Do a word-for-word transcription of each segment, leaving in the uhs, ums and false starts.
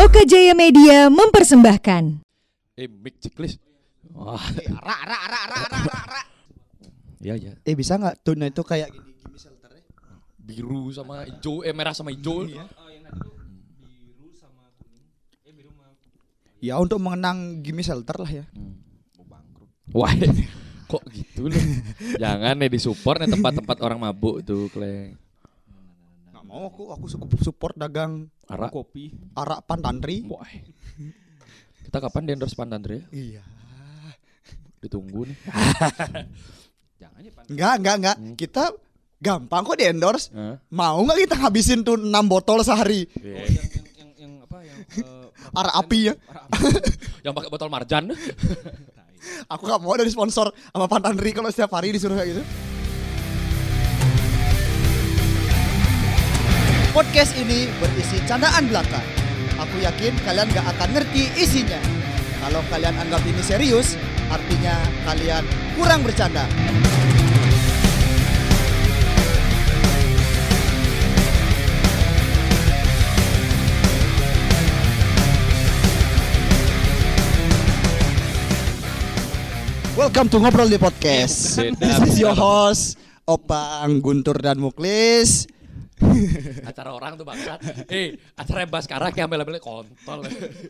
Oka Jaya Media mempersembahkan. Eh, mic checklist. Wah. Eh, ra ra ra ra ra ra ra. Iya, iya. Eh bisa enggak tone itu kayak gini gini shelternya? Biru sama hijau, eh merah sama hijau. Iya. Oh, yang tadi tuh biru sama kuning. Eh biru sama Ya untuk mengenang gimme shelter lah ya. Hmm. mau bangkrut. Wah, kok gitu loh. Jangan nih disupport nih tempat-tempat orang mabuk tuh, Kleng. Enggak mau aku, aku cukup support dagang Arak. Kopi. arak pantantri. Wah. Kita kapan di endorse Pantantri ya? Iya. Ditunggu nih. Jangan ya Pan. Enggak, enggak, enggak. Hmm. Kita gampang kok di endorse. Hah? Mau enggak kita habisin tuh enam botol sehari? Oh, yang, yang yang yang apa yang uh, Arak api ya. Arak api. Yang pakai botol marjan. Aku enggak mau dari sponsor sama pantantri kalau setiap hari disuruh kayak gitu. Podcast ini berisi candaan belaka. Aku yakin kalian gak akan ngerti isinya. Kalau kalian anggap ini serius, artinya kalian kurang bercanda. Welcome to Ngobrol di Podcast. Eh, This is your host, Opang, Guntur, dan Muklis. Acara orang tuh bangsat. Eh, acara Baskara kayak ambil-ambil kontol.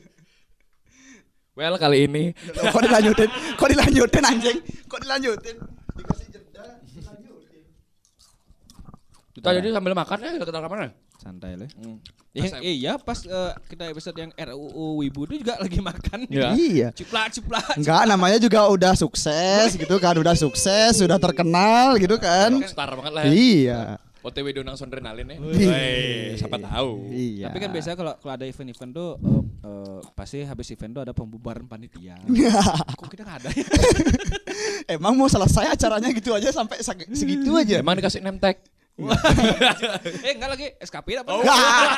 Well, kali ini Kok dilanjutin? Kok dilanjutin anjing? Kok dilanjutin? Dikasih jeda, dilanjutin. kita jadi sambil makan ya kita rekaman ya. Santai lah. Hmm. Yang eh ya pas uh, kita episode yang R U U Wibu itu juga lagi makan. Iya. Iya. Ciplak ciplak. Enggak, namanya juga udah sukses gitu kan, udah sukses, sudah terkenal gitu kan. Rockstar banget lah ya. Iya. O T W donang sondrenalin ya. Iya. Wey, siapa tahu. Iya. Tapi kan biasanya kalau kalau ada event-event tuh uh, uh, pasti habis event tuh ada pembubaran panitia. Kok kita nggak ada ya? Emang mau selesai acaranya gitu aja sampai seg- segitu aja. Emang dikasih name tag. eh enggak lagi S K P apa? Oh.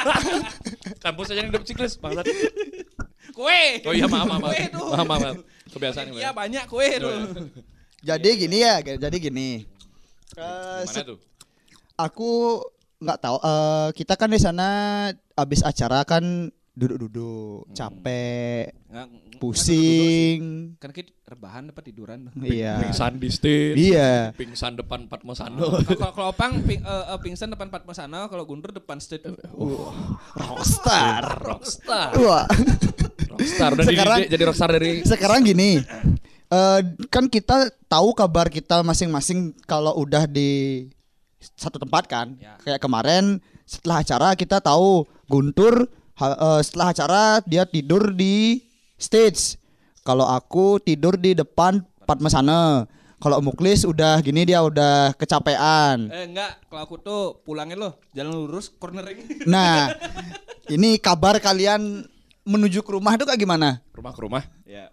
Kampus aja yang hidup siklus bangsat. Kue. Oh iya maaf maaf. Kue tuh. Maaf maaf. maaf. Kebiasaan Iya ini. banyak kue tuh. Jadi gini ya, jadi gini. Eh, Gimana se- tuh? aku nggak tahu. eh, kita kan di sana abis acara kan duduk-duduk, capek, Nggak, pusing. kan kita rebahan dapat tiduran. Iya. Pingsan di stage. Iya. Pingsan depan Patmo Sando. Kalau kalau Opang ping, uh, uh, pingsan depan Patmo sana, kalau Guntur depan stage. Rockstar. Rockstar. Wah. Rockstar udah Sekarang- dididik jadi rockstar dari Sekarang gini. eh, kan kita tahu kabar kita masing-masing kalau udah di satu tempat kan. Ya. Kayak kemarin setelah acara kita tahu Guntur ha- eh, setelah acara dia tidur di stage. Kalau aku tidur di depan Padma sana. Kalau Muklis udah gini dia udah kecapean. Eh enggak, kalau aku tuh pulangin loh, jalan lurus cornering. Nah, ini kabar kalian menuju ke rumah itu kayak gimana? rumah ke rumah. Ya.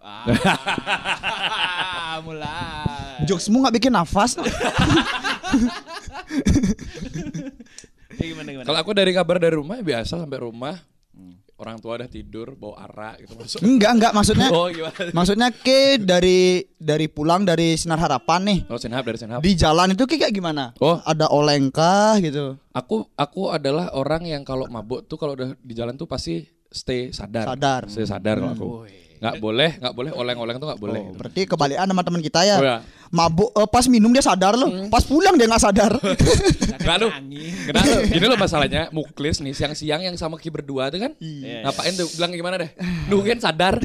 Ah, mulai. Jokesmu nggak bikin nafas? Ya, gimana gimana? Kalau aku dari kabar dari rumah biasa sampai rumah orang tua udah tidur bawa arak gitu masuk. Enggak, enggak maksudnya. Oh gimana? Maksudnya ke dari dari pulang dari Sinar Harapan nih. Oh Senhab dari Senhab. Di jalan itu Ki, kayak gimana? Oh. Ada oleng kah gitu? Aku aku adalah orang yang kalau mabuk tuh kalau udah di jalan tuh pasti stay sadar. Sadar. Stay sadar kalau aku. Nggak boleh, nggak boleh oleng-oleng tuh nggak boleh. Oh, berarti kebalikan sama teman kita ya. Oh, ya. Mabuk eh, pas minum dia sadar loh. Pas pulang dia nggak sadar. Enggak lu. Angin. Kenapa? Gini loh masalahnya, Muklis nih siang-siang yang sama Ki berdua tuh kan. Iya. Ngapain tuh? Bilang gimana deh? Nungguin sadar.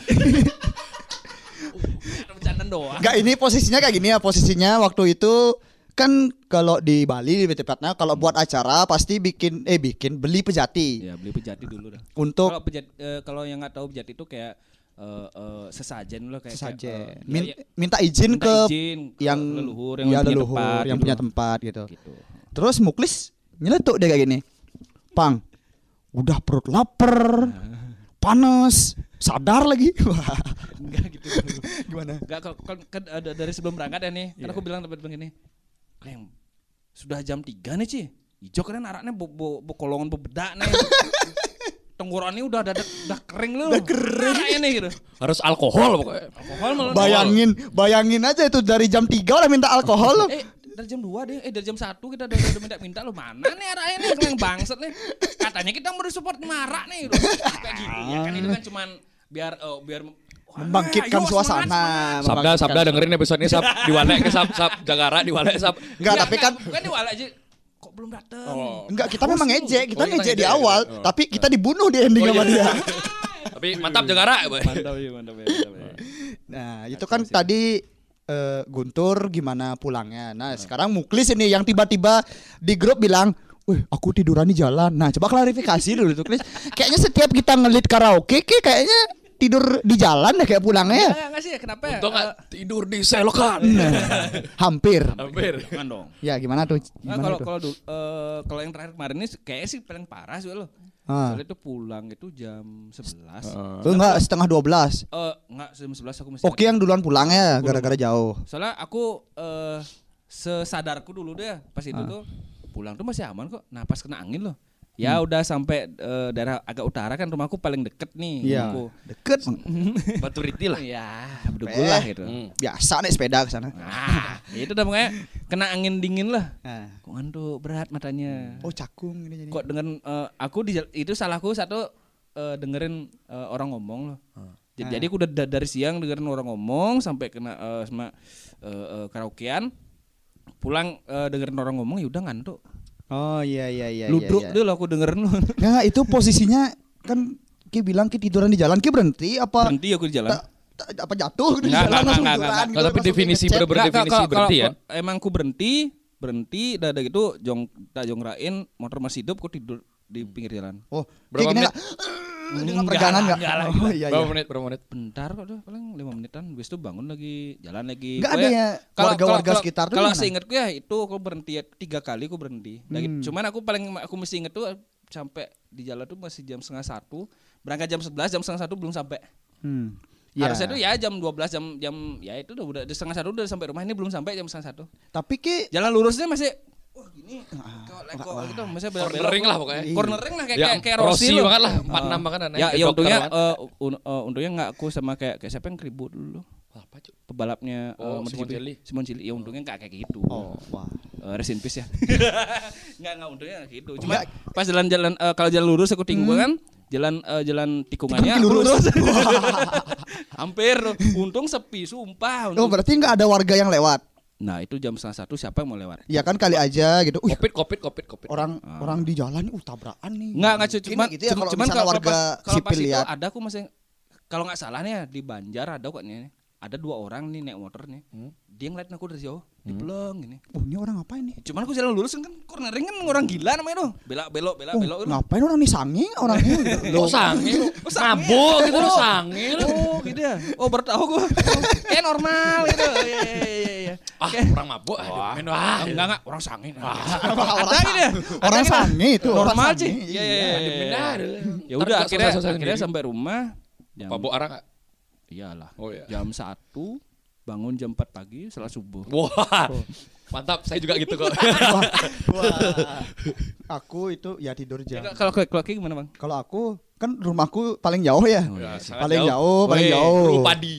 Bercanda doang. Enggak, ini posisinya kayak gini ya. Posisinya waktu itu kan kalau di Bali lebih tepatnya kalau buat acara pasti bikin eh bikin beli pejati Ya beli pejati dulu dah. untuk Kalau pejati, eh, kalau yang nggak tahu pejati itu kayak eh, eh, sesajen loh kayak saja kayak, eh, Min- ya, ya, minta izin minta ke izin ke yang leluhur yang ya punya leluhur tempat yang gitu. punya tempat gitu. Gitu. Terus Muklis nyeletuk deh kayak gini. Pang, udah perut lapar, panas, sadar lagi. Wah, Enggak gitu. gimana? Enggak kalau kan, kan ada dari sebelum berangkat ya nih. Kan Iya. aku bilang tempat begini. Klem. Sudah jam tiga nih, Ci. Ijo kan araknya bo, bo, bo kolongan bebedak nih. Tenggorokannya udah ada udah kering lu. Udah kering nih gitu. Harus alkohol pokoknya. Alkohol malah. Bayangin, bayangin aja itu dari jam tiga udah minta alkohol loh. Eh, dari jam dua deh, eh dari jam satu kita udah, udah minta-minta lu mana nih araknya nih yang bangset nih. Katanya kita mau support marah nih gitu. Kayak gitu ya kan itu kan cuman biar uh, biar wah, Membangkitkan ayo, suasana. semangat, semangat. Sabda, membangkitkan Sabda dengerin episode ini Sab, diwalek ke Sab, Sab, Jagara diwalek Sab. Enggak, tapi kan bukan diwalek aja kok belum datang. Oh. enggak, kita memang ngejek, kita Oh, kita ngejek di ngejek, awal, oh. tapi kita dibunuh di ending Oh, sama iya. dia. Tapi mantap Jagara. Mantap ya, mantap ya, mantap ya. Nah, itu kan tadi eh, Guntur gimana pulangnya. Nah, sekarang Muklis ini yang tiba-tiba di grup bilang, "Wih, aku tiduran di jalan." Nah, coba klarifikasi dulu tuh, Klis. Kayaknya setiap kita ngelit karaoke, kayak- kayaknya tidur di jalan deh kayak pulangnya. Ya, enggak sih kenapa ya? Untung Eh, nggak tidur di selokan. Nah, hampir. Hampir. Jangan dong. Ya, gimana tuh? Nah, Gimana kalau tuh? kalau du- eh, kalau yang terakhir kemarin ini kayaknya sih paling parah sih lo. Ah. Soalnya itu pulang itu jam sebelas. Tuh enggak setengah dua belas. Eh enggak jam sebelas aku mesti. Oke yang duluan pulang ya gara-gara jauh. Soalnya aku eh sesadarku dulu deh pas itu tuh pulang tuh masih aman kok. Nah, pas kena angin loh. Ya udah sampai eh, daerah agak utara kan rumahku paling deket nih. Iya. Rumahku. Deket. Batu riti lah. Ya, bergulah gitu. Hmm. Biasa naik sepeda ke sana. Nah, itu udah makanya kena angin dingin lah. Nah. Kok ngantuk berat matanya. Oh, cakung ini jadi. Kok dengan eh, aku di jal- itu salahku satu eh, dengerin eh, orang ngomong loh. Jadi, Ah. jadi aku udah da- dari siang dengerin orang ngomong sampai kena eh, sama eh, eh, karaokean. Pulang eh, dengerin orang ngomong ya udah ngantuk. Oh iya iya iya. Ludruk iya, iya. dulu aku dengerin lu. Nah, itu posisinya kan Ki bilang Ki tiduran di jalan, Ki berhenti apa? Berhenti aku di jalan. Ta- ta- apa jatuh di Enggak, jalan enggak, langsung enggak, tiduran enggak, gitu, enggak. Tapi langsung definisi ngecek. bener-bener Nggak, definisi kalau- berhenti kalau- ya? Emang aku berhenti, berhenti dah ada gitu jong tak jongrain motor masih hidup aku tidur di pinggir jalan. Oh, Berapa Ki gini menit? enggak? Dengan peregangan enggak? enggak lah, Oh iya Berapa iya. menit? Berapa menit? Bentar kok tuh paling lima menitan habis itu bangun lagi jalan lagi. Enggak ada Pokoknya ya kalau- warga-warga kalau- sekitar tuh Kalau gimana? seingatku ya itu aku berhenti ya, tiga kali aku berhenti. Lagi, Hmm. cuman aku paling aku mesti inget tuh sampai di jalan tuh masih jam setengah satu. Berangkat jam sebelas, jam setengah satu belum sampai. Hmm. Ya. Harusnya tuh ya jam dua belas jam jam ya itu udah udah di setengah satu udah sampai rumah, ini belum sampai jam setengah satu. Tapi Ki Jalan lurusnya masih wah gini kok lekok gitu masih belok Cornering lah pokoknya. cornering lah kayak Ya, kayak, kayak Rossi Rossi loh. banget lah, empat Ah. enam banget aneh. Ya, Kayak ya dokter untungnya banget. eh, un- eh, untungnya nggak aku sama kayak kayak siapa yang keribut dulu. Apa cuy? Pebalapnya Oh, eh, Simon MotoGP. Cili. Simon Cili. Ya untungnya nggak kayak gitu. Oh, wah. Eh, rest in peace ya. Nggak nggak untungnya nggak gitu. Cuma pas jalan-jalan eh, kalau jalan lurus aku tinggal kan jalan eh, jalan tikungannya Tikung aku lurus. Hampir untung sepi sumpah. Oh, Untung. berarti enggak ada warga yang lewat. Nah, itu jam setengah satu siapa yang mau lewat? Ya kan kali aja gitu. Wih, Kopit, kopit, kopit, kopit. orang orang di jalan uh tabrakan nih. Enggak enggak Mungkin cuma gitu ya, kalau cuman misalnya kalau warga pas, kalau pas sipil itu lihat. ada aku masih kalau nggak salah nih ya, di Banjar ada kok nih. Ada dua orang nih naik motor nih. Dia ngeliatin aku dari jauh, dipeleng gini. Oh, ini orang ngapain nih? Cuman aku jalan lurus kan cornering kan orang gila namanya tuh. Belok belok belok Oh, belok. ngapain orang nih sange orangnya? Lo sangil, mabuk gitu lo sangil. Oh gitu ya. Oh baru tahu gua. Kayak normal gitu. Iya iya iya iya. Ah, Kayak- orang mabuk, ah, main wah. Enggak enggak orang sangin. orang Ada gitu ya. orang Ada gitu. sange itu. orang Normal sange. sih. Iya iya iya. benar. Ya Ntar udah juga akhirnya selesai-selesai akhirnya sendiri. sampai rumah. jam- Mabuk orang nggak? Iyalah. Oh iya. Jam satu bangun jam empat pagi setelah subuh. Wah, mantap. Saya juga gitu kok. Wah. Aku itu ya tidur jam. Ya, Kalau kalau Ki gimana, Bang? Kalau aku kan rumahku paling jauh ya. Ya, sangat Paling jauh, paling Weh, jauh. Guru padi.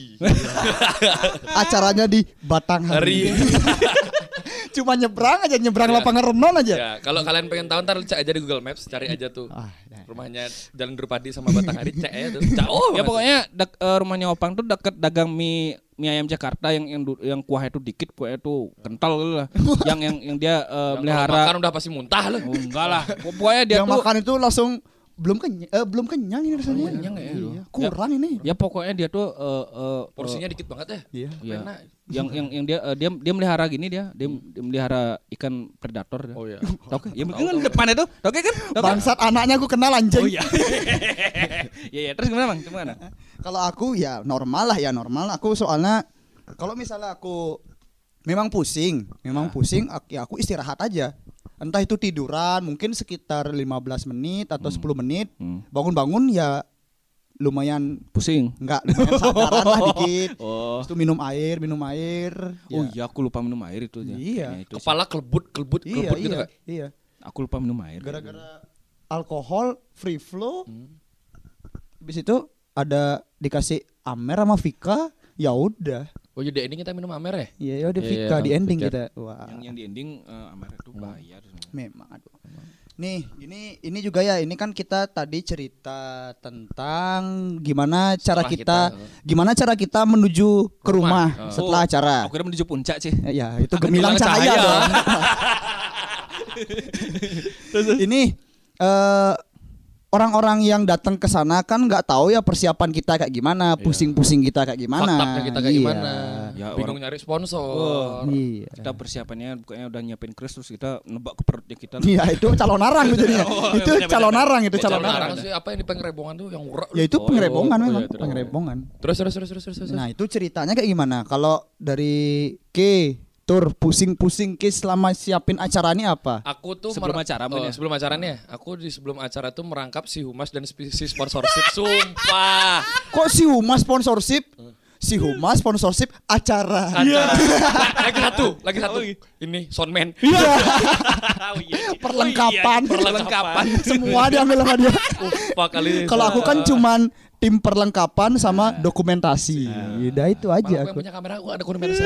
Acaranya di Batanghari. Cuma nyebrang aja, nyebrang Ya. lapangan renon aja. Ya, kalau kalian pengen tahu ntar cek aja di Google Maps, cari aja tuh. Ah, ya. Rumahnya Jalan Drupadi sama Batanghari, cek aja tuh. Jauh. Ya banget. pokoknya dek- eh, rumahnya Opang tuh dekat dagang mie mie ayam Jakarta yang yang du- yang kuahnya itu dikit, kuahnya itu kental gitu lah. yang yang yang dia eh, Yang kalau melihara. makan udah pasti muntah loh. Oh, enggak lah. Pokoknya dia Yang tuh makan itu langsung belum kenyang, eh, belum kenyang ini rasanya. kenyang ya, Iya, kurang ini. ya pokoknya dia tuh eh, eh, Porsinya dikit banget ya. Iya. ya, Enak. yang yang yang dia eh, dia dia melihara gini dia dia, dia melihara ikan predator dia. Oh iya. Tahu kan? Ya mungkin kan depan itu. Tahu kan? Tahu kan? Bangsat anaknya aku kenal anjing. Oh iya. Iya ya, terus gimana, Bang? Gimana? Kalau aku ya normal lah ya normal. Aku soalnya kalau misalnya aku memang pusing, memang pusing, ak- ya aku istirahat aja. Entah itu tiduran, mungkin sekitar lima belas menit atau sepuluh menit. Hmm. Bangun-bangun ya lumayan Pusing. enggak lumayan sadaran lah dikit. Oh. Terus itu minum air, minum air. Oh Ya. iya, aku lupa minum air itu aja. Iya. Kayaknya itu sih. Kepala kelebut, kelebut, Iya, kelebut gitu iya, kak. iya. Aku lupa minum air. Gara-gara alkohol, free flow. Habis itu ada dikasih Amer sama Vika, ya udah. Oh jadi ini kita minum Amer ya? Iya, ya udah Iya, Vika iya, di ending pikir. kita. Wah. yang yang di ending eh, Amer itu bahaya tuh. Memang aduh. Nih, ini ini juga ya, ini kan kita tadi cerita tentang gimana cara Setelah kita, kita, gimana cara kita menuju ke rumah, Rumah. Oh. setelah acara. Aku kira menuju puncak sih. Eh, Ya, itu Ada gemilang gemilang cahaya cahaya. dong. Ini eh orang-orang yang datang ke sana kan nggak tahu ya persiapan kita kayak gimana, pusing-pusing kita kayak gimana. Faktanya kita kayak Iya. gimana. Ya, Bingung orang- nyari sponsor. Oh. Iya. Kita persiapannya pokoknya udah nyiapin kris terus kita nebak ke perutnya kita. Iya, itu calon arang gitu jadinya. Oh, Itu benar-benar. calon arang itu Oh, calon calon arang. arang sih apa yang di pengerebongan tuh yang urak. Ya itu Oh, pengerebongan oh, memang, iya, itu dah. pengerebongan. Terus terus terus terus terus. terus. Nah, itu ceritanya kayak gimana? Kalau dari K Tur pusing-pusing K selama siapin acara ini apa? Aku tuh Sebelum mer- acara oh, mungkin ya? sebelum acaranya. Aku di sebelum acara tuh merangkap si Humas dan si si sponsorship. Sumpah. Kok si Humas sponsorship? Si Humas sponsorship acara. Acara. Lagi satu, lagi satu. Ini soundman. Iya. Oh, iya. Perlengkapan, Oh, iya, perlengkapan. Semua diambil sama dia. Sumpah kali. Kalau aku kan cuman tim perlengkapan sama dokumentasi. Udah itu Malah aja aku yang aku. punya kamera aku ada dokumentasi.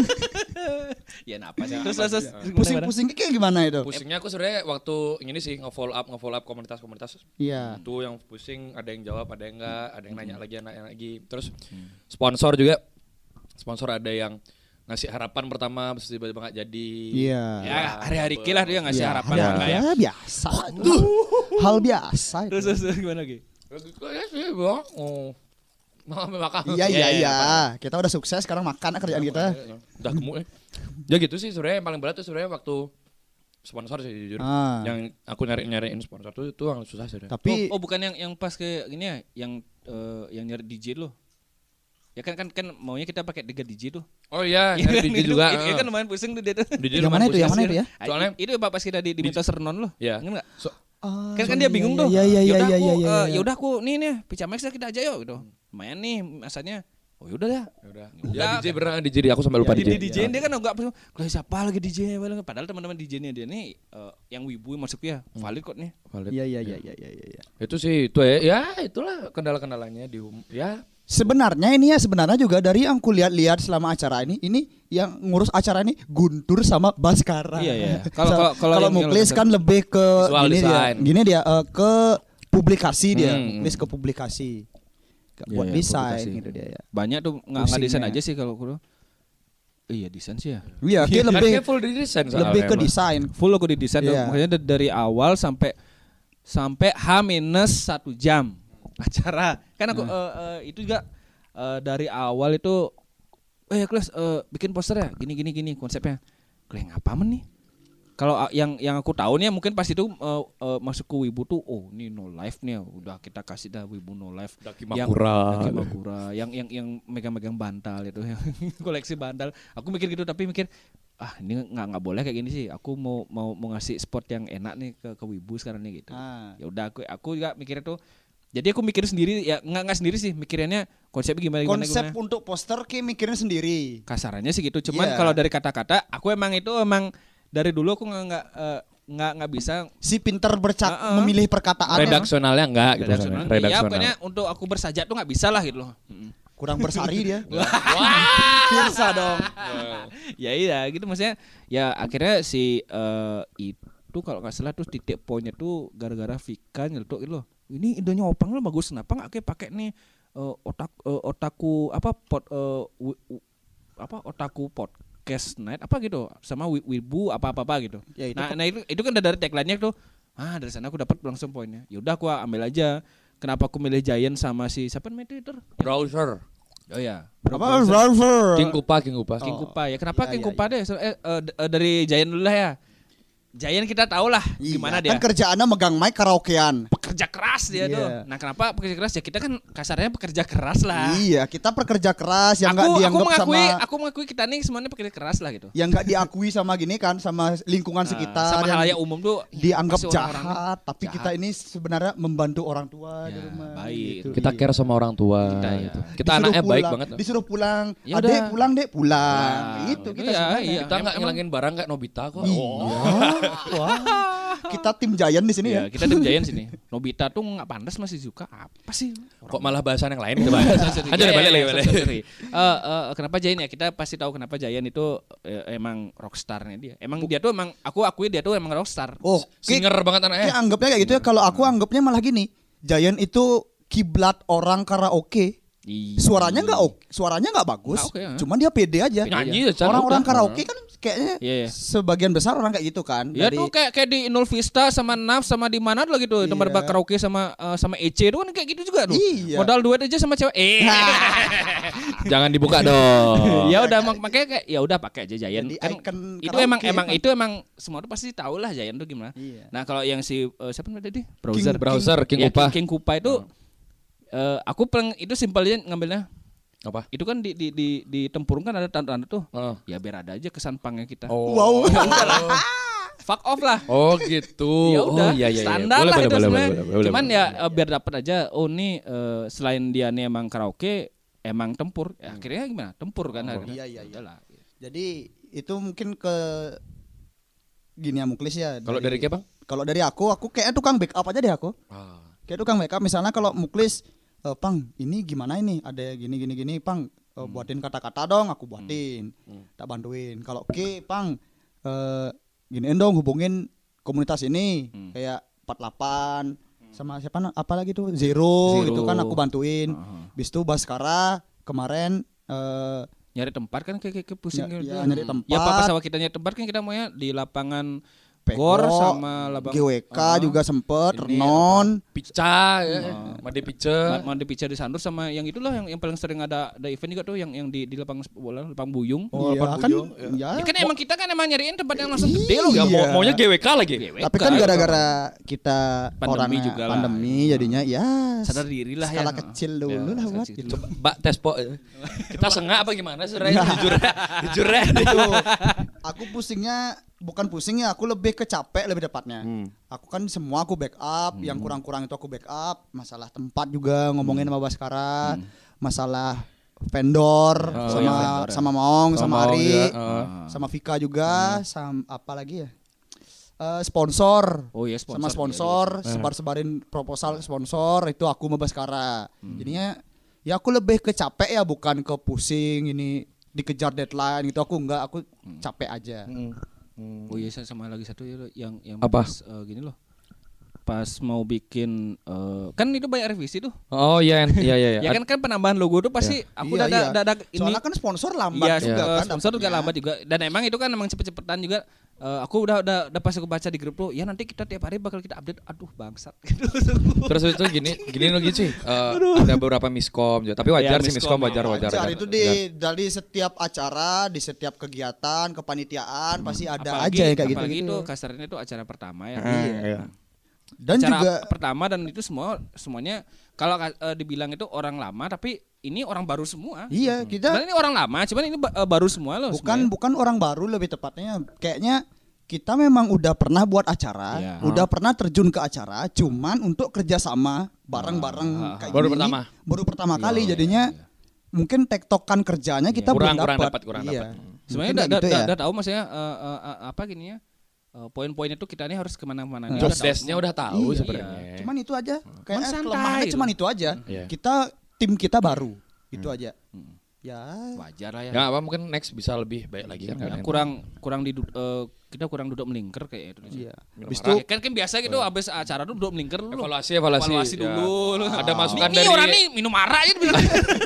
Ya napa sih? Terus terus terus. Pusing-pusing kayak gimana itu? Pusingnya aku sebenarnya waktu ini sih nge-follow up nge-follow up komunitas-komunitas. Iya. Itu yang pusing, ada yang jawab, ada yang enggak, ada yang nanya lagi, nanya lagi. Terus sponsor juga. Sponsor ada yang ngasih harapan pertama terus tiba-tiba enggak jadi. Iya. Ya hari-hari kilah dia ngasih Iya, harapan ya, enggak ya. ya, biasa. Tuh. Hal biasa itu. Terus terus terus, gimana lagi? Ya sih, Bang. Oh. Mau makan. Iya iya Iya, iya, iya. Kita udah sukses sekarang makan kerjaan kita. Udah gemuk ya. Ya gitu sih sebenarnya yang paling berat tuh sebenarnya waktu sponsor sih jujur. Ah. Yang aku nyari-nyariin sponsor tuh itu yang susah sih. Tapi Oh, oh bukan yang yang pas ke gini ya, yang eh, yang nyari D J lo. Ya kan kan kan maunya kita pakai tiga D J tuh. Oh iya, nyari D J juga. Iya kan lumayan pusing tuh dia tuh. D J yang mana itu? Yang mana itu ya? Soalnya itu pas kita di diminta sernon lo. ya. Ingat enggak? So, Ah, Kan kan dia bingung tuh. Iya iya iya Yaudah iya aku, iya. eh, iya. yaudah aku nih nih Picamex kita aja yuk gitu. Lumayan nih masanya. Oh yaudah dah. ya udah. Ya, Ya D J beneran D J di aku sampai lupa di, D J. di D J dia kan enggak kalau siapa lagi D J padahal teman-teman D J-nya dia nih eh, yang wibu masuknya valid kok nih. Valid. Iya iya iya iya iya iya. Itu sih itu ya, ya itulah kendala-kendalanya di hum- ya Sebenarnya ini ya sebenarnya juga dari yang kulihat-lihat selama acara ini, ini yang ngurus acara ini Guntur sama Baskara. Iya, iya. Kalau Kalau- kalau- kalau kalau yang- Muklis yang- kan lebih ke Visual gini dia, design. gini dia eh, ke publikasi dia, Hmm. Muklis ke publikasi. Ke Iya, buat iya, desain publikasi. gitu dia ya. Banyak tuh nggak nggak desain Pusingnya. aja sih kalau aku. Iya desain sih ya. Iya, dia Kan lebih dia full di desain soalnya lebih ke emang. desain. Full aku di desain tuh. Iya. Makanya da- dari awal sampai sampai H minus satu jam acara. Kan aku eh, eh, itu juga eh, dari awal itu eh kelas eh, bikin poster ya gini gini gini konsepnya. Kalian apa men nih? Kalau ah, yang yang aku tahu nih ya, mungkin pas itu eh, eh, masuk ke Wibu tuh oh ini no life nih udah kita kasih dah Wibu no life. Daki Yang- Makura. Daki Makura yang yang yang megang-megang bantal itu yang koleksi bantal. Aku mikir gitu tapi mikir ah ini nggak nggak boleh kayak gini sih. Aku mau mau mau ngasih spot yang enak nih ke ke Wibu sekarang nih gitu. Ah. Ya udah aku aku juga mikirnya tuh jadi aku mikir sendiri ya nggak nggak sendiri sih mikirnya konsepnya gimana gimana. Konsep gimana. untuk poster Ki mikirnya sendiri. Kasarannya sih gitu. Cuman Iya. kalau dari kata-kata aku emang itu emang dari dulu aku nggak nggak eh, nggak nggak bisa Si pinter bercak Heeh. memilih perkataan. Redaksionalnya enggak gitu. redaksional. soalnya. Ya Redaksional. pokoknya untuk aku bersajat tuh nggak bisa lah gitu loh. Mm. Kurang bersari dia. Bisa dong. Ya iya gitu maksudnya ya akhirnya si eh, itu kalau nggak salah terus titik poinnya tuh gara-gara Vika nyeletuk gitu loh. Ini idenya Opang lo bagus kenapa nggak kayak pakai nih eh, otak eh, otaku apa pot eh, wi- wi- apa otaku podcast night apa gitu sama wi- wibu apa apa apa gitu. Ya, itu nah, nah itu itu kan dari tagline-nya tuh ah dari sana aku dapat langsung poinnya. Ya udah aku ambil aja. Kenapa aku milih Giant sama si siapa namanya itu? Browser. Oh ya. Apa browser? King Kupa, King Kupa. King Kupa ya. Kenapa Iya, King iya, Kupa deh? So, eh, eh, d- eh, dari Giant dulu lah ya. Giant kita tahu lah Iya, gimana dia. Kan kerjaannya megang mic karaokean. Pekerja keras dia Iya. tuh. Nah, kenapa pekerja keras ya? Kita kan kasarnya pekerja keras lah. Iya, kita pekerja keras yang aku nggak aku dianggap mengakui, sama aku mengakui kita nih semuanya pekerja keras lah gitu. yang nggak diakui sama gini kan sama lingkungan Nah, sekitar sama yang halayak umum tuh dianggap pasti orang-orang jahat, tapi jahat. kita ini sebenarnya membantu orang tua di Ya, rumah. baik. gitu. Kita care sama orang tua. Kita, ya. gitu. Kita Disuruh anaknya baik pulang, banget. Disuruh pulang, Ya adek udah. pulang dek pulang. Pulang. Itu kita Iya, sebenarnya. iya. Kita nggak Emang- ngilangin barang kayak Nobita kok. Iya. Oh. Wah. kita tim Giant di sini Ya, ya. kita tim Giant sini. Nobita tuh nggak pantas masih Shizuka. Apa sih? Kok malah bahasan yang lain gitu Bang? Aja deh balik lagi balik. Eh eh, kenapa Giant ya? Kita pasti tahu kenapa Giant itu eh, emang rockstarnya dia. Emang dia tuh emang aku akui dia tuh emang rockstar. Oh, Singer banget anaknya. Kayak anggapnya kayak gitu ya. Kalau aku anggapnya malah gini, Giant itu kiblat orang karaoke. Iya. Suaranya nggak oke, suaranya nggak bagus, Nggak oke, ya. cuman dia pede aja. Nyanyi aja, Orang-orang udah. karaoke kan kayaknya Iya, iya. sebagian besar orang kayak gitu kan. Ya Dari- tuh kayak kayak di Inul Vista sama Naf sama di mana tuh lagi tuh Iya. tempat karaoke sama eh, sama E C itu kan kayak gitu juga tuh. Iya. Modal duet aja sama cewek. Eh. Jangan dibuka dong. Ya udah mak- makanya kayak ya udah pakai aja Giant. Jadi Kan icon itu karaoke emang emang kan. itu emang semua tuh pasti tahu lah Giant tuh gimana. Iya. Nah, kalau yang si eh, siapa namanya tadi? Browser. Browser King Ya, Kupa. King, King Kupa itu eh, aku paling itu simpelnya ngambilnya Apa? itu kan di di di, di tempurung kan ada tanda-tanda tuh. Heeh. Ya biar ada aja kesan pangnya kita. Oh. Wow. Fuck off lah. Oh gitu. Ya udah oh, iya, iya, iya. standar Boleh, lah boleh, itu boleh, sebenarnya. boleh, boleh, Cuman boleh. ya eh, biar dapat aja oh nih eh, selain dia nih emang karaoke emang tempur. Ya, akhirnya gimana? Tempur kan akhirnya. Iya, iya, iya. Udahlah. Jadi itu mungkin ke gini ya Muklis ya. Kalau dari Kek, Bang? Kalau dari aku, aku kayak tukang backup aja deh aku. Ah. Kayak tukang backup misalnya kalau Muklis, e, Pang, ini gimana ini? Ada gini gini gini, Pang. E, buatin kata-kata dong, aku buatin. Tak bantuin. Kalau Ki, Pang, eh giniin dong hubungin komunitas ini Hmm. kayak empat puluh delapan sama siapa na- apa lagi tuh Zero, Zero. itu kan aku bantuin. Heeh. Bis itu Baskara kemarin eh Nyari tempat kan kayak, kayak pusing Ya- gitu. ya, nyari tempat. Ya apa sama kita nyari tempat kan kita maunya di lapangan Peko, Gor sama lapangan G W K Ah. juga sempet, Ini Renon. Pica ya. Made Pica. Ma- Mandi Pica di Sandur sama yang itulah yang yang paling sering ada ada event juga tuh yang yang di di lapangan bola, lapangan Buyung. Oh, Lapan kan, Buyung, ya. Ya kan emang kita kan emang nyariin tempat yang langsung gede loh. Ya, mau, Iya. maunya G W K lagi. G W K. Tapi kan gara-gara kita Pandemi orangnya juga lah. pandemi jadinya ya Sadar diri lah ya. skala kecil dulu Ya, lah skala buat kecil. gitu. Mbak tes po. Kita sengak apa gimana sebenarnya jujur jujur ya. Itu aku pusingnya bukan pusing ya, aku lebih ke capek lebih tepatnya. Hmm. Aku kan semua aku backup, yang kurang-kurang itu aku backup. Masalah tempat juga ngomongin sama Baskara, masalah vendor Oh, sama iya, vendor ya. sama Maong, sama, Sama Maong Ari, juga, uh. sama Vika juga, sama apa lagi ya? Eh, sponsor. Oh iya sponsor. Sama sponsor, sebar-sebarin proposal ke sponsor itu aku sama Baskara. Hmm. Jadinya ya aku lebih ke capek ya, bukan ke pusing ini dikejar deadline gitu. Aku enggak, aku capek aja. Hmm. Oh iya sama lagi satu ya yang yang Apa? pas eh, gini loh. Pas mau bikin eh, kan itu banyak revisi tuh. Oh iya iya iya. Ya kan kan penambahan logo tuh pasti aku Iya, udah ada iya. ada ada ini. Soalnya kan sponsor lambat Iya, juga eh, kan. sponsor juga dapatnya. lambat juga. Dan emang itu kan emang cepet-cepetan juga. Eh, aku udah udah udah pas aku baca di grup tuh, ya nanti kita tiap hari bakal kita update. Aduh bangsat. Terus itu gini gini lagi sih. eh, ada beberapa miskom juga. Tapi wajar Ya, sih miskom, miskom wajar ya. wajar. Wajar, wajar. itu di dari setiap acara, di setiap kegiatan, kepanitiaan pasti ada Apalagi- aja yang kayak apalagi gitu. itu kasarnya itu acara pertama ya. Iya. Dan acara juga pertama dan itu semua semuanya kalau eh, dibilang itu orang lama tapi ini orang baru semua. iya, kita Sebenarnya ini orang lama, cuman ini ba- eh, baru semua loh. bukan semuanya. bukan orang baru, lebih tepatnya kayaknya kita memang udah pernah buat acara, Iya. udah pernah terjun ke acara, cuman untuk kerjasama bareng-bareng Ah, kayak baru gini, pertama. baru pertama Iya, kali, iya, jadinya iya. mungkin tektokan kerjanya kita Kurang- belum kurang dapat, dapat, kurang iya. dapat. Sebenarnya Mungkin udah kayak gitu ya. udah tahu maksudnya eh, eh, eh, apa gini ya? eh, poin-poinnya tuh kita ini harus kemana-mana. Hmm. Job desk-nya udah tahu Iya. sebenarnya. Cuman itu aja, kayak santai kelemahannya gitu. cuman itu aja. Iya. Kita tim kita baru, itu aja. Ya, Wajar lah ya. Ya apa mungkin next bisa lebih baik lagi kan. Ya, kan? kurang kurang di kita kurang duduk melingkar kayak itu. iya. Minum Habis arak. itu Ya, kan kan biasa gitu abis acara tuh duduk melingkar dulu. Evaluasi evaluasi. Evaluasi ya. dulu. Ada masukan Ini dari orang nih minum arak aja bilang.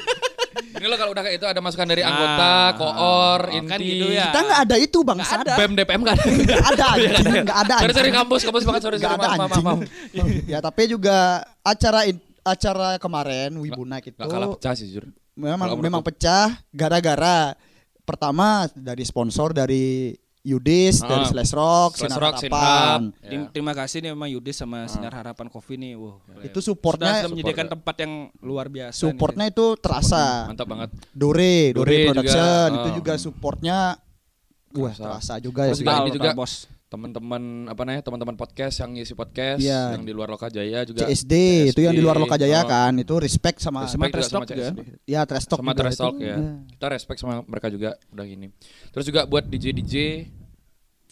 Ini lo kalau udah kayak itu ada masukan dari Ah, anggota, koor, oh, inti. kan gitu ya. kita nggak ada itu bang, Nggak ada. B E M D P M kan. nggak ada, anjing. nggak ada. Sorry sorry anjing. kampus kampus banget sorry Nggak sorry ada maaf maaf anjing. maaf. Ya tapi juga acara in- acara kemarin Wibuna itu Gak kalah pecah sih jujur. memang Kalau memang menurutku. pecah gara-gara pertama dari sponsor dari Yudis, Ah. dari Slash Rock, Slash Sinar Rock, Harapan. Sinhab. Tim- Terima kasih nih sama Yudis sama Sinar Harapan Coffee nih. Wow. Itu Sudah, supportnya sudah menyediakan tempat yang luar biasa. supportnya itu terasa. Mantap banget. Dore, Dore, Dore Production juga, itu ah. juga supportnya wah Terasa. terasa juga ya. Terus juga Total, ini total, juga bos. teman-teman apa namanya teman-teman podcast yang ngisi podcast Iya. yang di luar Lokajaya juga. C S D itu yang di luar Oh. Lokajaya kan, itu respect sama Respect Sama juga Trestalk sama juga. C S D. ya Trestalk Sama juga Trestalk itu. ya. Kita respect sama mereka juga udah gini. Terus juga buat D J D J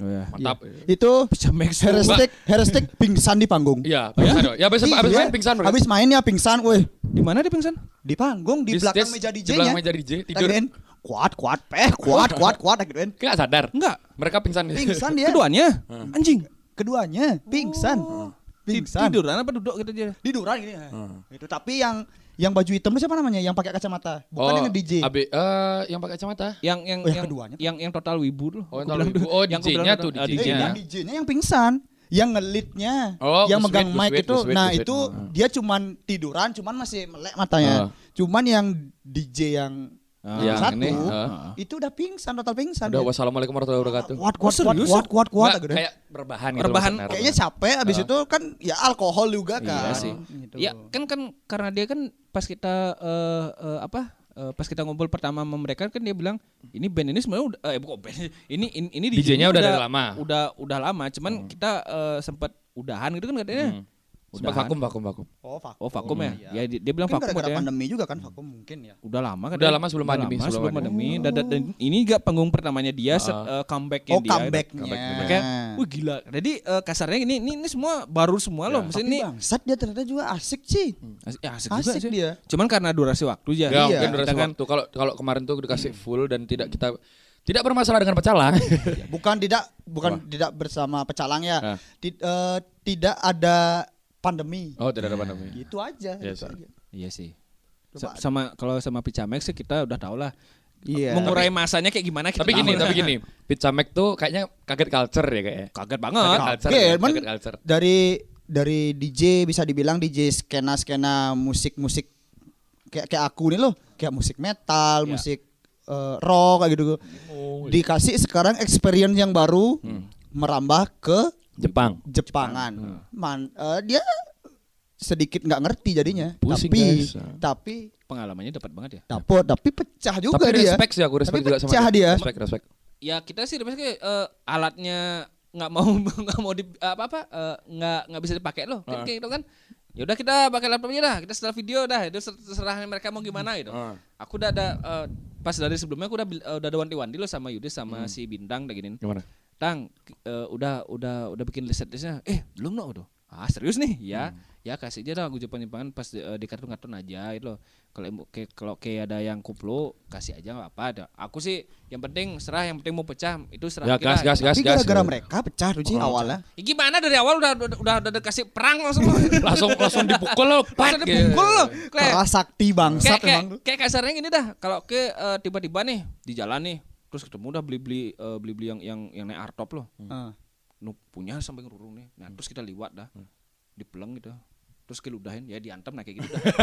Oh ya. Mantap. Itu Picamex. hashtag hashtag pingsan di panggung. Iya, pingsan. Ya habis Iya, habis main pingsan. bro. Habis main ya pingsan, weh. Di mana dia pingsan? Di panggung di, Di belakang stage, meja D di J-nya. belakang meja D J, tidur. Gituin. Kuat, kuat, peh, kuat, kuat, kuat gituin. Enggak sadar. Enggak. Mereka pingsan. Pingsan dia. Keduanya. Anjing. Keduanya pingsan. Pingsan. Tiduran apa duduk gitu dia? Tiduran gini. Itu tapi yang yang baju hitam itu siapa namanya? Yang pakai kacamata. Bukan yang D J. Ab, eh yang pakai kacamata. Yang yang Oh, yang yang keduanya. yang yang total wibu tuh. Oh, Aku total bilang wibu. tuh. Oh, Yang aku D J-nya bilang tuh, ah, D J-nya. Eh, yang D J-nya yang pingsan, yang ngelitnya, Oh, yang Gus megang Wit, Gus mic Wit, itu. Gus Wit, Nah, Gus Wit. itu Hmm. dia cuman tiduran, cuman masih melek matanya. Ah. Cuman yang D J yang Ah, yang yang satu ini, ah. ah. itu udah pingsan, total pingsan. Udah dia. wassalamualaikum warahmatullahi wabarakatuh. Kuat, kuat, Oh, kuat, serius? kuat, kuat, kuat, Nggak, gitu. kayak berbahan gitu. Rebahan. maksudnya, Kayaknya rebahan. capek abis Ah. itu kan ya alkohol juga kan. Iya sih. Gitu. Ya kan kan karena dia kan pas kita eh, eh, apa eh, pas kita ngobrol pertama sama mereka kan dia bilang ini band ini sebenarnya udah eh bukan band ini ini, ini D J-nya udah dari lama. Udah udah lama cuman kita eh, sempat udahan gitu kan katanya. Hmm. Sempat vakum, vakum, vakum. Oh, vakum. Oh vakum ya. Iya. Ya dia, dia bilang Mungkin vakum gara-gara katanya. pandemi juga kan vakum mungkin ya. Udah lama kan. Udah lama sebelum Udah pandemi, lama sebelum sebelum pandemi. pandemi. Dan, dan, dan ini juga panggung pertamanya dia set, eh, comebacknya Oh, dia. comebacknya. Makanya, wih gila. Jadi eh, kasarnya ini, ini ini semua baru semua loh. Maksudnya Tapi ini bangsat dia ternyata juga asik sih. asik, ya, asik, juga Asik sih. dia. Cuman karena durasi waktu aja. Ya, Iya. mungkin durasi Kita kan- waktu. Kalau kalau kemarin tuh dikasih full dan tidak kita tidak bermasalah dengan pecalang. Bukan tidak bukan tidak bersama pecalang ya. Ah. Tid- eh, tidak ada pandemi. Oh, tidak ada pandemi. Gitu aja. Iya gitu sih. aja. Iya sih. Coba- Sa- sama kalau sama Picamex sih kita udah tau lah. Iya. Mengurai masanya kayak gimana kita Tapi gini, tahu. tapi gini. Pizza Mac tuh kayaknya kaget culture ya kayaknya. Kaget banget. Kaget culture. Kaget, ya, man. Kaget culture. Dari dari D J bisa dibilang D J skena-skena musik-musik kayak kayak aku nih loh, kayak musik metal, Iya. musik eh, rock kayak gitu. Dikasih sekarang experience yang baru merambah ke Jepang. Jepangan. Man, eh, dia sedikit nggak ngerti jadinya. Pusing, tapi guys. tapi Pengalamannya dapat banget ya. dapet tapi pecah juga Tapi dia. respect sih aku, respect Tapi juga sama pecah dia. Respect, respect. Ya kita sih maksudnya eh, alatnya nggak mau nggak mau di apa apa eh, nggak nggak bisa dipakai loh. Kan Ah. kayak gitu kan. Ya udah kita pakai laptopnya dah. Kita setelah video dah. Itu terserah mereka mau gimana gitu. Ah. Aku udah ada eh, pas dari sebelumnya aku udah bil- eh, udah ada wanti-wanti loh sama Yudis sama si Bintang udah giniin. Gimana? Tang, uh, udah udah udah bikin list listnya. Eh belum no tuh. Ah serius nih? Ya, ya kasih aja lah gue Jepang-Jepangan pas uh, di kartun-kartun aja itu loh. Kalau emu- kayak kalau kayak ada yang kuplo kasih aja nggak apa ada. Aku sih yang penting serah, yang penting mau pecah itu serah Ya, gas, gas, gas. Tapi gara-gara mereka pecah tuh sih awalnya. Ya, gimana dari awal udah udah udah, udah dikasih perang langsung. langsung langsung dipukul loh, pak. Langsung dipukul loh. Kayak Keras sakti kayak, bangsat kayak, emang tuh. kayak kasarnya gini dah. Kalau ke uh, tiba-tiba nih di jalan nih terus ketemu dah beli-beli uh, beli-beli yang yang yang naik artop loh. Ah. Nu punya sampai ngerurung nih. Nah, terus kita liwat dah. Dipeleng gitu. Terus keludahin ya diantem nah kayak gitu dah.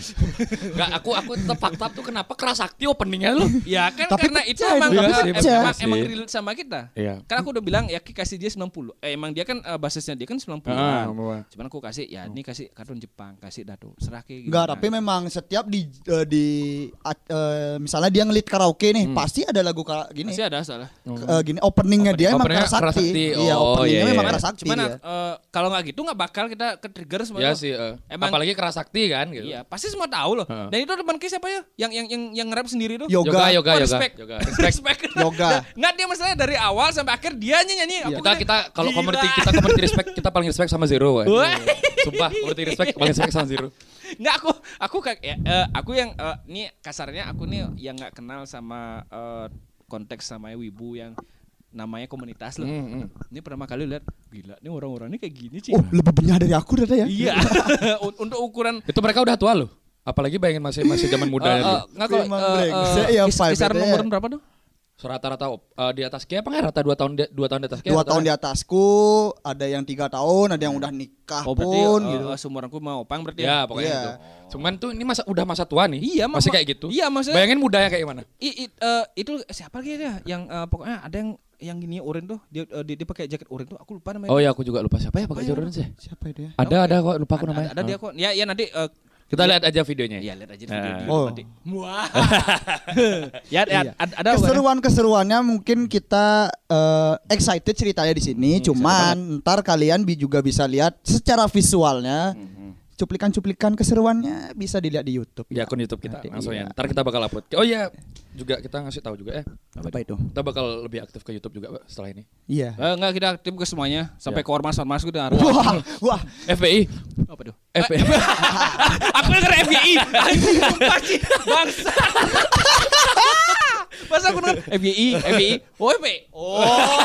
Enggak, aku aku tetap fakta tuh kenapa keras sakti openingnya lu? Ya kan Tapi karena itu pecah emang itu. eh, Pecah em- sih, emang, pecah emang sih. relate sama kita. Iya. Kan aku udah bilang ya Ki kasih dia sembilan puluh. Eh emang dia kan eh, basisnya dia kan sembilan puluh. Ah, bawa. Cuman aku kasih ya ini kasih kartun Jepang, kasih dah tuh. Serah kayak gitu. Enggak, tapi memang setiap di eh, di at- eh, misalnya dia ngelit karaoke nih, pasti ada lagu kara- gini. masih ada salah. Eh, gini openingnya dia emang Openingnya keras keras sakti. sakti. Iya, Oh, openingnya iya, memang iya. keras sakti. Cuman dia. eh, kalau nggak gitu nggak bakal kita ke trigger semua. Ya sih, eh. Emang- apalagi keras sakti kan gitu. Iya, pasti semua tahu loh. Heeh. Dan itu teman Ki siapa ya? Yang yang yang yang nge-rap sendiri tuh. Yoga. Yoga, yoga, Oh, yoga. respect. Yoga. Respect. Yoga. Nggak dia masalahnya dari awal sampai akhir dia nyanyi. Aku Kita udah, kita kalau gila. community kita community respect kita paling respect sama Zero, woy. Wah. Sumpah, community respect paling respect sama Zero. Nggak aku aku kayak ya, eh, aku yang eh, ini kasarnya aku nih yang nggak kenal sama eh, konteks sama wibu yang namanya komunitas loh. Hmm, hmm. Ini pertama kali lihat gila nih orang-orang ini kayak gini sih. Oh, lebih benyah dari aku ternyata ya. Iya. Un- Untuk ukuran Itu mereka udah tua loh. Apalagi bayangin masih masih zaman muda eh, ya. eh, nggak kalau Emang eh, brengsek eh, ya, kis- vibe kisaran itu ya. umur berapa tuh? So, rata-rata eh, di atas Kia apa nggak rata dua tahun di, dua tahun di atas Kia? Dua rata-rata? tahun di atasku, ada yang tiga tahun, ada yang udah nikah Oh berarti pun eh, gitu. eh, seumuranku mau opang berarti Ya, pokoknya Iya. itu. Cuman tuh ini masa udah masa tua nih. Iya, masih ma- kayak gitu. iya, maksudnya- Bayangin mudanya kayak gimana? I, i- eh, itu siapa lagi dia yang eh, pokoknya ada yang yang gini oren tuh dia eh, dia, dia pakai jaket oren tuh aku lupa namanya. Oh ya, aku juga lupa siapa ya pakai Apa ya? Jordan sih. Siapa itu ya? Ada ada kok lupa aku Ada- namanya. Ada, ada dia kok. Ya ya nanti eh, Kita lihat aja videonya. Iya lihat aja di Ah. video dia Oh. nanti. Wah. ya, ya Iya. ada ada Keseruan-keseruannya mungkin kita eh, excited ceritanya di sini, Hmm, cuman ntar kalian bi- juga bisa lihat secara visualnya. Hmm, Cuplikan-cuplikan keseruannya bisa dilihat di YouTube. Di akun YouTube kita Nanti, langsung iya. ya. Ntar kita bakal upload. Oh iya, juga kita ngasih tahu juga ya. Apa itu? Kita bakal lebih aktif ke YouTube juga Pak, setelah ini. Iya. Eh, enggak kita aktif ke semuanya sampai Ya. ke ormas-ormas gitu harus. Wah, wah. F B I. Apa tuh? F B I. Aku denger F B I. Anjing pasti bangsa. Pas aku denger F B I, F B I. Oh, F B I. Oh.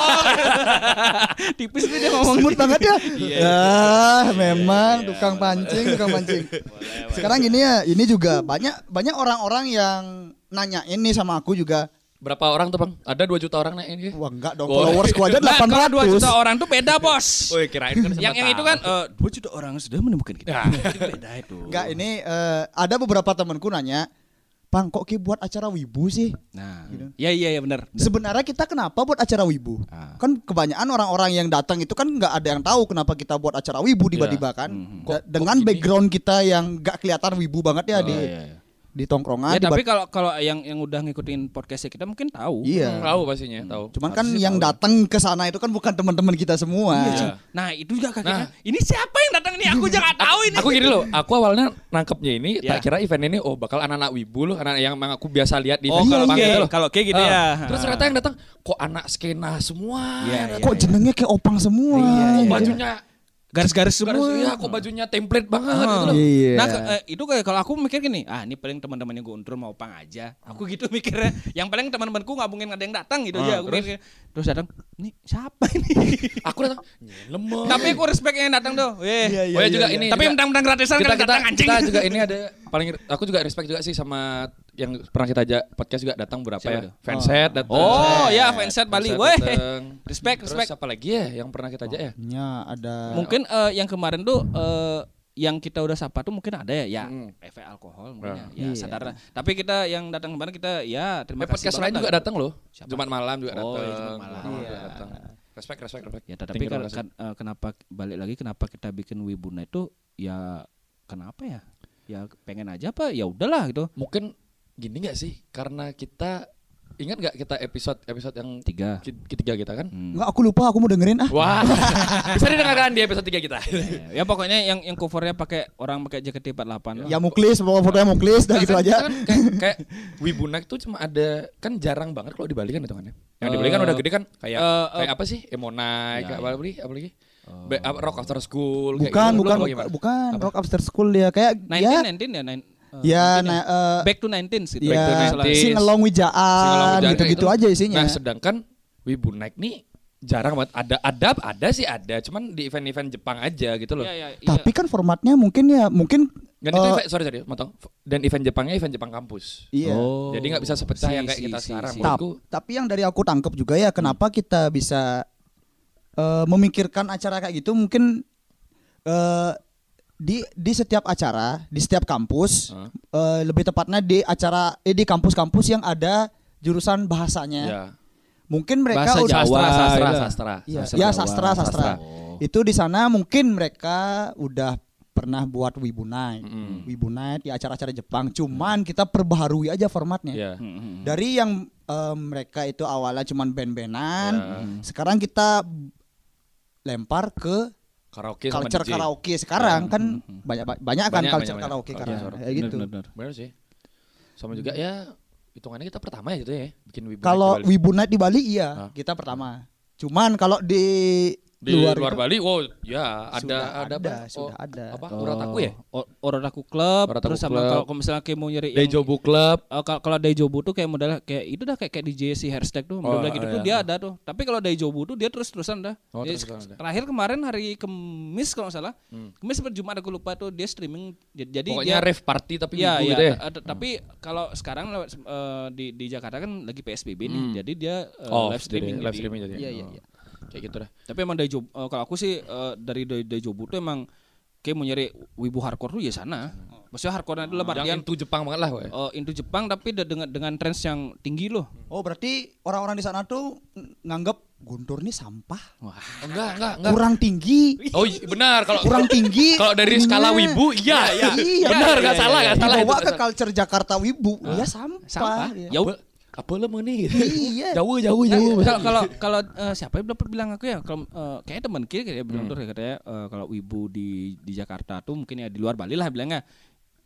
Tipis nih dia ngomong. Smooth banget ya. Iya, Ah, memang tukang pancing, tukang pancing. Sekarang gini ya, ini juga banyak banyak orang-orang yang nanya ini sama aku juga. Berapa orang tuh Bang? Ada dua juta orang naik ini. Wah, enggak dong. Boleh. Followersku aja Nah, delapan kalau dua ratus. juta orang tuh beda, Bos. Oh, kirain kan yang yang itu kan eh, dua juta orang sudah menemukan kita. Itu beda itu. Enggak, ini eh, ada beberapa temanku nanya, "Bang, kok Ki buat acara wibu sih?" Nah, Gitu. iya iya iya benar. Sebenarnya kita kenapa buat acara wibu? Ah. Kan kebanyakan orang-orang yang datang itu kan nggak ada yang tahu kenapa kita buat acara wibu tiba-tiba kan. Mhm. Da- Dengan kok gini? background kita yang nggak kelihatan wibu banget ya Oh, di iya, iya. di tongkrongan. Ya di tapi bat- kalau kalau yang yang udah ngikutin podcastnya kita mungkin tahu. iya. Hmm, tahu pastinya, tahu. Cuman kan Harusnya yang tahu. datang ke sana itu kan bukan teman-teman kita semua. Iya. Nah itu juga Nah. kakaknya. Ini siapa yang datang nih? Aku jangan tahu ini. Aku gini loh, aku awalnya nangkepnya ini Ya. tak kira event ini oh bakal anak-anak wibu loh, anak yang emang aku biasa lihat di Oh event kalau Jepang kayak gitu loh. kalau kayak gitu Ah, ya. Terus ternyata yang datang kok anak skena semua. Iya, yang iya. datang. Kok jenengnya kayak opang semua. Iya, Kok iya. bajunya garis-garis semua. garis, iya, kok bajunya template banget Ah. gitu loh. Iya. Nah ke- eh, itu kayak kalau aku mikir gini, ah ini paling teman-temannya Guntur mau pang aja. Aku gitu mikirnya. Yang paling teman-temanku nggak mungkin ada yang datang gitu Ah, aja. Aku terus? mikir. Terus datang, nih siapa ini? Aku datang, lemah. Tapi aku respect yang datang tuh. Weh. Iya, iya, Oh ya juga iya. ini. Tapi juga- mentang-mentang gratisan kita, kan kita, datang anjing. kita juga ini ada paling aku juga respect juga sih sama yang pernah kita ajak podcast juga datang berapa Siapa ya? tuh? Fanset datang. Oh ya fanset Bali, Fanset weh. datang. Respect, Terus respect. apa lagi ya yang pernah kita ajak ya? Ya, ada Mungkin eh, yang kemarin tuh eh, yang kita udah sapa tuh mungkin ada ya, ya Hmm. P V alkohol mungkin Nah. ya, ya Iya. sadar. Tapi kita yang datang kemarin kita ya terima Eh, kasih podcast banget lain lah. juga datang loh. Siapa? Jumat malam juga Oh, datang. iya, Jumat malam. juga Iya. datang. Respect, respect, respect. Ya, Thank tapi you, kan, terima kasih. kan, eh, kenapa balik lagi kenapa kita bikin Wibuna itu ya kenapa ya? Ya pengen aja apa ya udahlah gitu. Mungkin gini nggak sih? Karena kita ingat nggak kita episode episode yang Tiga. ki- ketiga kita kan? Hmm. Enggak, aku lupa, aku mau dengerin ah. Wah, bisa didengarkan di episode tiga kita. ya pokoknya yang yang covernya pakai orang pakai J K T empat puluh delapan. Ya Muklis, bawa fotonya Muklis dah gitu Kan- aja. kan kayak, kayak Wibunak tuh cuma ada kan jarang banget kalau di Bali kan hitungannya. Yang di Bali kan Eh, udah gede kan kayak eh, kayak eh, apa sih? Emonai, Ya, kayak ya. apa lagi? Apa lagi? Be- apa, Rock After School. kayak Bukan, gitu. bukan, Lu apa bukan, gimana? bukan Apa? Rock After School dia kayak sembilan ya, belas sembilan belas ya nine- eh, ya, nineteen nah, eh, Back to nineteen gitu. ya, Back to nineteen. sing along Sing along wijaan, with gitu-gitu Jakarta aja itu. isinya. Nah, sedangkan Wibunak nih jarang banget ada ada ada sih ada, cuman di event-event Jepang aja gitu loh. Iya, iya, iya. Tapi kan formatnya mungkin ya, mungkin Dan itu eh, event, sorry sorry, motong. Dan event Jepangnya event Jepang kampus. iya. Oh. Jadi nggak bisa sepecah Si, yang kayak si, kita si, sekarang. si. Tap- Menurutku, tapi yang dari aku tangkap juga ya, kenapa kita bisa eh, memikirkan acara kayak gitu mungkin eh, di di setiap acara, di setiap kampus, Huh? eh, lebih tepatnya di acara eh, di kampus-kampus yang ada jurusan bahasanya. ya. Mungkin mereka Bahasa udah Jawa, Sastra, sastra, gitu. sastra. Iya, Sastra ya Jawa. sastra, sastra. Oh. Itu di sana mungkin mereka udah pernah buat Wibu Night. Mm-mm. Wibu Night di acara-acara Jepang. Cuman kita perbaharui aja formatnya. Iya. Hmm, hmm, hmm. Dari yang eh, mereka itu awalnya cuman band-bandan, Ya. sekarang kita lempar ke Karaoke sama culture D J. karaoke sekarang kan banyak banyak kan Banyak, culture banyak, karaoke banyak. sekarang Culture. kayak gitu. Bener, bener. Bener sih. Sama juga ya hitungannya kita pertama ya gitu ya bikin Wibu Kalau Night di Bali. Wibu Night di Bali iya, Ah. kita pertama. Cuman kalau di, di luar, luar, itu, Bali, wow ya ada Sudah ada, ada, apa? sudah ada. Apa? Oh, Urataku ya? O- Orataku Club. Orataku Terus sama Club. kalau kalau misalnya kayak mau nyari yang Daijobu Club. Eh, kalau kalau Daijobu tuh kayak modal kayak itu dah kayak kayak D J si Hairstack tuh model Oh, gitu iya. tuh dia ada tuh. Tapi kalau Daijobu tuh dia terus-terusan dah. Oh, Dia terus-terusan ada. terakhir kemarin hari Kamis kalau nggak salah. Hmm. Kamis atau Jumat aku lupa tuh dia streaming. J- Jadi Pokoknya dia rave party tapi Iya, Wibu iya. gitu ya. t- t- Tapi kalau sekarang lewat eh, di di Jakarta kan lagi P S B B nih. Hmm. Jadi dia eh, Oh, live streaming. jadi live jadi- streaming jadi. Iya, iya, Oh. iya. Kayak gitu dah. Tapi emang Daijobu eh, kalau aku sih eh, dari Dai- Daijobu tuh emang kayak mau nyari wibu hardcore tuh ya sana. Maksudnya hardcore-nya itu dalam Yang artian itu Jepang banget lah, woy. eh, into Jepang tapi de- dengan dengan trends yang tinggi loh. Oh, berarti orang-orang di sana tuh nganggap Guntur nih sampah. Wah. Enggak, enggak, enggak. Kurang tinggi. Oh, iya, benar kalau Kurang tinggi. kalau dari ininya. skala Wibu, iya, iya. Iya, Benar, iya, enggak iya, salah, iya. enggak salah itu. Dibawa nggak ke salah. culture Jakarta Wibu, ya sampah. Sampah. Iya. Ya Apa, apa lo mau nih? Iya. Jauh, jauh, Nah, jauh. kalau kalau kalau eh, siapa yang dapat bilang aku ya kalau eh, kayaknya teman kita kayak bilang Hmm. tuh katanya eh, kalau wibu di di Jakarta tuh mungkin ya di luar Bali lah bilangnya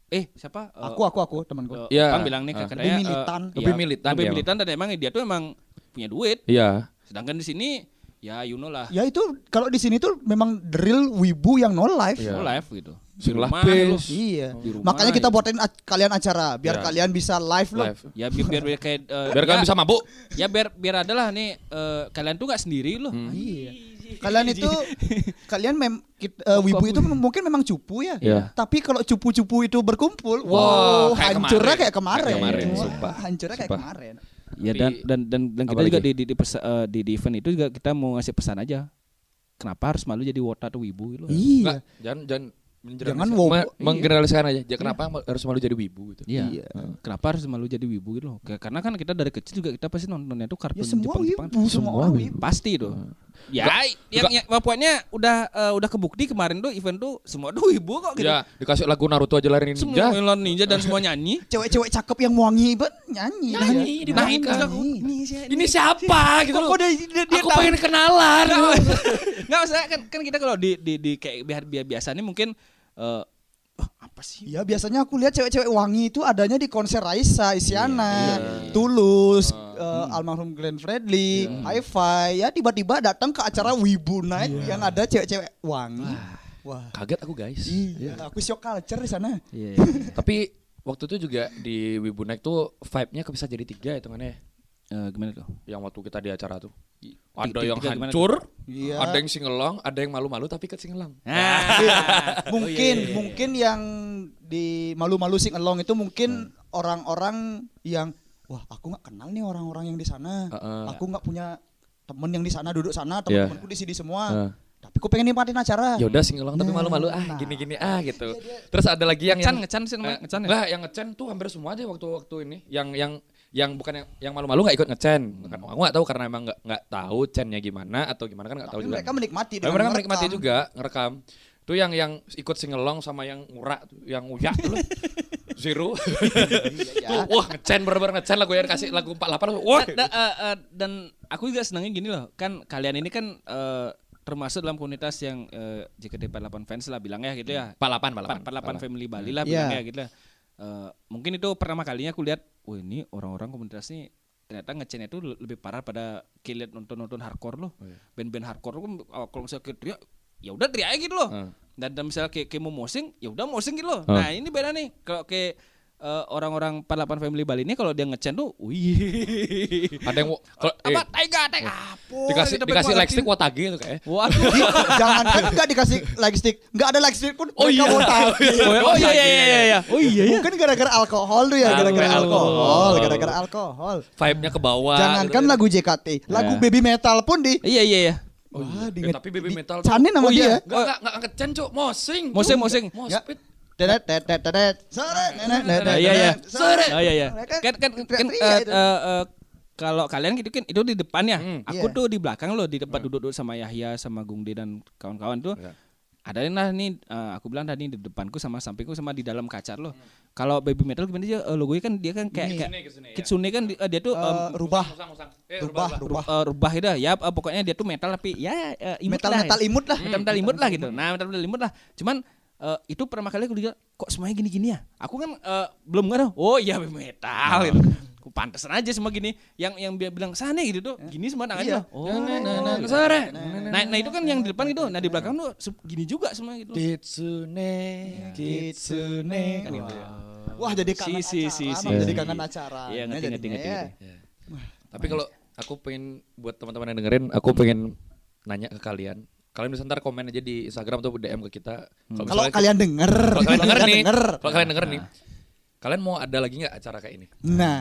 eh siapa? Eh, Aku aku aku temanku. eh, Iya. Opang bilang nih Ah. katanya Lebih eh, militan. iya, Lebih militan lebih dia militan dan emang dia tuh emang punya duit. Iya. Sedangkan di sini ya you know lah, Ya itu kalau di sini tuh memang the real wibu yang no life. Iya. no life gitu. Sing Di lah rumah pes. lu. Iya. Di rumah, Makanya kita ya. buatin a- kalian acara biar Iya. kalian bisa live loh. Live. Ya biar biar, biar kayak eh, Biar kalian ya, bisa mabuk. ya biar biar adalah nih eh, kalian tuh nggak sendiri loh. Iya. Kalian itu kalian mem kit- eh, wibu itu mem- mungkin memang cupu ya. Iya. Tapi kalau cupu-cupu itu berkumpul, Wah, wow, kayak hancurnya kemarin. kayak kemarin. Kayak kemarin, Wah, sumpah. hancurnya kayak Sumpah. kemarin. Ya Tapi- dan dan dan, dan kita Apa juga lagi? di di di, pesa- eh, di di event itu juga kita mau ngasih pesan aja. Kenapa harus malu jadi wota atau wibu gitu loh. Iya. Enggak, jangan jangan Jangan mengeneralisasi- wow. me- Iya. menggeneralisasikan aja. Jangan kenapa harus malu jadi wibu gitu. Iya. Iya. Kenapa harus malu jadi wibu gitu loh? Kayak- Karena kan kita dari kecil juga kita pasti nontonnya tuh kartun Ya semua Jepang-Jepang. wibu, semua orang wibu. Pasti itu. Ya, yang, yang pokoknya udah eh, udah kebukti kemarin tuh event tuh semua tuh wibu kok gitu. Ya, dikasih lagu Naruto aja lari Semua ninja. melon ninja dan semua nyanyi. Cewek-cewek cakep yang wangi banget nyanyi. Nyanyi Iya. di Nah belakang. itu juga aku, Nyanyi. ini, siapa- Ini siapa gitu loh. Kok dia, dia, dia Aku tahu? pengen kenalan. Nggak usah kan kan kita kalau di di, di kayak biar biar biasa nih mungkin eh oh, apa sih? Ya biasanya aku lihat cewek-cewek wangi itu adanya di konser Raisa, Isyana, Iya. Tulus, eh, almarhum Glenn Fredly, Hi-Fi. Ya tiba-tiba datang ke acara Wibu Night yang ada cewek-cewek wangi. Wah. Kaget aku guys. Iya, aku shock culture di sana. Iya. Tapi waktu itu juga di Wibu Night tuh vibe-nya bisa jadi tiga hitungannya. Eh, gimana tuh? Yang waktu kita di acara tuh. Tiga- Ada yang tiga gimana hancur, Iya. ada yang singelong, ada yang malu-malu tapi ikut singelong. Nah, Mungkin Oh, iya, iya, iya. mungkin yang di malu-malu sing along itu mungkin orang-orang yang wah aku nggak kenal nih orang-orang yang di sana. Heeh. Aku nggak punya temen yang di sana duduk sana, Iya. teman-temanku di sini semua. Heeh. Tapi aku pengen nikmatin acara. Ya udah singelong tapi Nah, malu-malu ah nah. gini-gini ah gitu. Terus ada lagi yang ngecan yang ngecan sih namanya Eh, ngecan ya. Enggak, yang ngecen tuh hampir semua aja waktu-waktu ini. Yang yang yang bukan yang yang malu-malu nggak ikut ngecen. Bukan, aku nggak tahu karena emang nggak nggak tahu cennya gimana atau gimana kan nggak tahu Tapi juga. mereka menikmati Tapi dengan mereka merekam. menikmati juga ngerekam. Itu yang yang ikut singelong sama yang ngurak tuh, yang uyak tuh loh. Zero. Iya, Tuh, wah ngecen bener-bener ngecen lagu yang kasih lagu empat puluh delapan. Wah. Da- da- eh, eh, dan aku juga senangnya gini loh, kan kalian ini kan eh, termasuk dalam komunitas yang eh, J K T empat puluh delapan fans lah bilangnya gitu ya. empat puluh delapan, empat empat puluh delapan family Bali lah Iya. bilangnya gitu lah. Eh, mungkin itu pertama kalinya aku lihat, wah ini orang-orang komunitas ini ternyata ngecen itu lebih parah pada kalian nonton-nonton hardcore loh. Oh, iya. Band-band hardcore kan oh, kalau misalnya kayak teriak, ya udah teriak aja gitu loh. Hmm. Dan, dan misalnya kayak, kayak mau mosing, ya udah mosing gitu loh. Hmm. Nah ini beda nih. Kalau kayak eh, orang-orang empat puluh delapan family Bali ini kalau dia ngecen tuh, wih. Ada yang kalau Apa eh, taiga taiga apa? dikasih gitu, dikasih pengen like stick ngelakuin. watage tuh kayak. Waduh. Jangan kan nggak dikasih like stick, nggak ada like stick pun Oh mereka iya. mau tahu. Oh iya iya iya iya. Oh iya ya. Mungkin gara-gara alkohol tuh ya, gara-gara Alkohol. alkohol, gara-gara alkohol. Vibe-nya ke bawah. Jangankan gitu. lagu J K T, lagu Ya. baby metal pun di Iya iya iya. Oh, Wah, iya. di- Eh, tapi baby di- metal Canin sama Oh iya. dia. Enggak enggak enggak ngecen, Cuk. Mosing. Mosing, Cuk. mosing. Mospit. Dedet dedet dedet dedet. Sore nenek nenek. Ah, iya iya. Sore. Oh iya iya. Mereka Kan kan kan teriak-teriak eh, itu. eh, eh, kalau kalian gitu kan itu di depan ya. Hmm, Aku iya. tuh di belakang loh, di tempat duduk-duduk sama Yahya sama Gungde dan kawan-kawan tuh. Iya. Ada yang lah nih eh, aku bilang tadi di depanku sama sampingku sama di dalam kaca loh. Kalau baby metal gimana dia eh, logonya kan dia kan kayak kayak Kesini, kesini, ya. Kitsune kan di- eh, dia tuh em, Eh, rubah Musang, musang. Eh, rubah rubah. eh, rubah itu ya eh, pokoknya dia tuh metal tapi ya eh, imut Metal lah, metal ya. imut lah. metal metal imut lah gitu. Nah metal metal imut lah. Cuman eh, itu pertama kali aku lihat kok semuanya gini-gini ya. Aku kan eh, belum nggak tahu. Oh iya metal gitu. Aku pantesan aja semua gini. Yang yang dia bilang sana gitu tuh. Gini semua tangannya. Iya. Oh. Nah, nah, nah, gitu. sore. Nah, nah itu kan yang di depan gitu. Nah di belakang tuh se- gini juga semua gitu. Kitsune, Kitsune. Kan gitu ya. Wah jadi kangen Si, si, acara, si, si, emang jadi si. kangen acara. Iya, ngerti, Jadinya ngerti, ngerti, ya. ngerti. Tapi kalau aku pengen buat teman-teman yang dengerin, aku pengen nanya ke kalian. Kalian bisa ntar komen aja di Instagram atau D M ke kita. Kalau misalnya- kalian denger, kalau kalian denger nih, denger. kalau kalian denger nih, kalian mau ada lagi nggak acara kayak ini? Nah,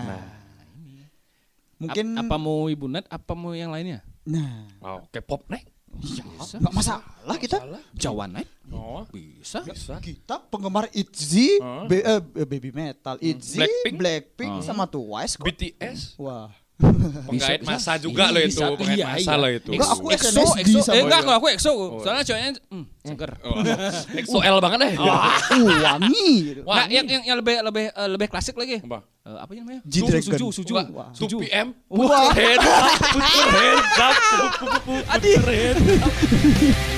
Mungkin mungkin apa mau Ibu Nat, apa mau yang lainnya? nah, Oh, K-pop nih? iya, Bisa. nggak masalah kita. Salah. Jawa Night Oh, bisa. bisa. Kita penggemar ITZY, Huh? be- eh, baby metal, ITZY, Blackpink. Blackpink, Hmm. sama Twice kok. B T S, Wah. penggait masa juga loh itu, Bisa. penggait Iya, masa iya. loh itu. Enggak, aku EXO, S N S D EXO, sama eh, enggak dia. kalau aku EXO, soalnya cowoknya hmm, seger. X O L banget deh. Uh, wangi gitu. Wah, Nah, yang, yang yang lebih lebih eh, lebih klasik lagi. Apa? Eh, apa namanya? G-Dragon. Suju, suju. Enggak, Wah. two P M. Wah. Head up, put your hands up. Adi.